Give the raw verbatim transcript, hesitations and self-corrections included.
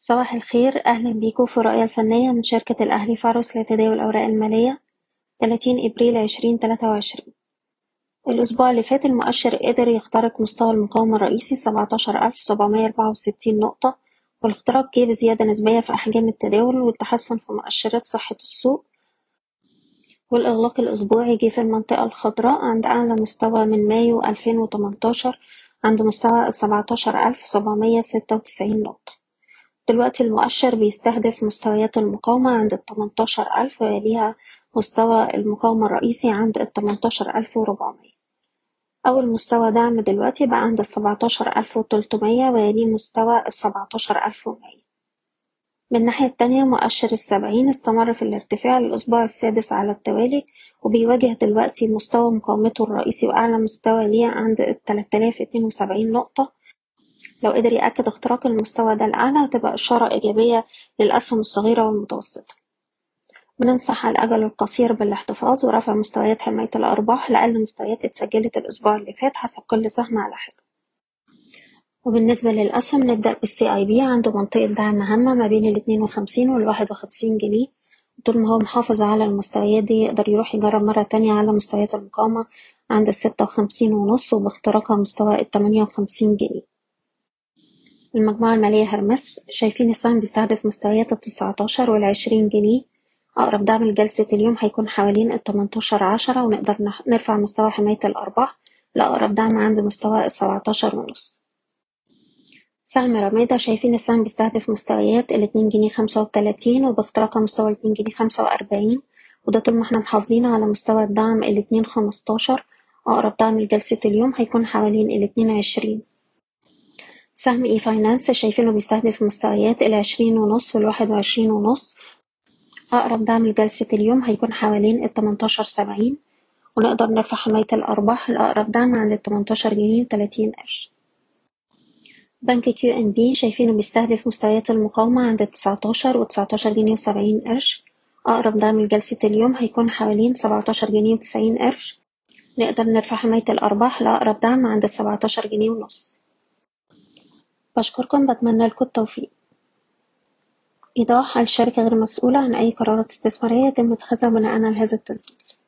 صباح الخير، أهلا بيكم في الرؤية الفنية من شركة الأهلي فارس لتداول الأوراق المالية ثلاثين إبريل عشرين تلاتة وعشرين. الأسبوع اللي فات المؤشر قدر يخترق مستوى المقاومة الرئيسي سبعتاشر ألف سبعمية أربعة وستين نقطة، والاختراق جه بزيادة نسبية في أحجام التداول والتحسن في مؤشرات صحة السوق، والإغلاق الأسبوعي جه في المنطقة الخضراء عند أعلى مستوى من مايو ألفين وتمنتاشر عند مستوى سبعتاشر ألف سبعمية ستة وتسعين نقطة. دلوقتي المؤشر بيستهدف مستويات المقاومة عند التمنتاشر ألف ويليها مستوى المقاومة الرئيسي عند التمنتاشر ألف وربعمية. أول مستوى دعم دلوقتي بقى عند السبعتاشر ألف وتلتمية ويليه مستوى السبعتاشر ألف ومية. من الناحية التانية مؤشر السبعين استمر في الارتفاع للأسبوع السادس على التوالي، وبيواجه دلوقتي مستوى مقاومته الرئيسي وأعلى مستوى ليه عند التلات آلاف اتنين وسبعين نقطة. لو قدر يأكد اختراق المستوى ده الأعلى هتبقى إشارة إيجابية للأسهم الصغيرة والمتوسطة. بننصح على الأجل القصير بالاحتفاظ ورفع مستويات حماية الأرباح لأقل مستويات اتسجلت الأسبوع اللي فات حسب كل سهم على حدة. وبالنسبة للأسهم نبدأ بالسي اي بي عنده منطقة دعم هامة ما بين الاتنين وخمسين والواحد وخمسين جنيه، طول ما هو محافظ على المستويات دي يقدر يروح يجرب مرة تانية على مستويات المقاومة عند الستة وخمسين ونص وباختراقها مستوى التمانية وخمسين جنيه. المجموعة المالية هرمس شايفين السهم بيستهدف مستويات التسعتاشر والعشرين جنيه، أقرب دعم لجلسة اليوم هيكون حوالين التمنتاشر عشرة ونقدر نرفع مستوى حماية الأرباح لأقرب دعم عند مستوى السبعتاشر ونص. سهم رمادة شايفين السهم بيستهدف مستويات الاتنين جنيه خمسة وتلاتين وباختراقها مستوى الاتنين جنيه خمسة وأربعين، وده طول ما احنا محافظين على مستوى الدعم الاتنين خمستاشر، أقرب دعم لجلسة اليوم هيكون حوالين الاتنين عشرين. سهم اي فاينانس شايفينه بيستهدف مستويات العشرين ونص والواحد وعشرين ونص، أقرب دعم لجلسة اليوم هيكون حوالين التمنتاشر سبعين، ونقدر نرفع حماية الأرباح لأقرب دعم عند التمنتاشر جنيه وتلاتين قرش. بنك كيو ان بي شايفينه بيستهدف مستويات المقاومة عند التسعتاشر وتسعتاشر جنيه وسبعين قرش، أقرب دعم لجلسة اليوم هيكون حوالين سبعتاشر جنيه وتسعين قرش، نقدر نرفع حماية الأرباح لأقرب دعم عند السبعتاشر جنيه ونص. بشكركم، بتمنى لكم التوفيق. إيضاح: الشركة غير مسؤولة عن أي قرارات استثمارية يتم اتخاذها بناءً على هذا التسجيل.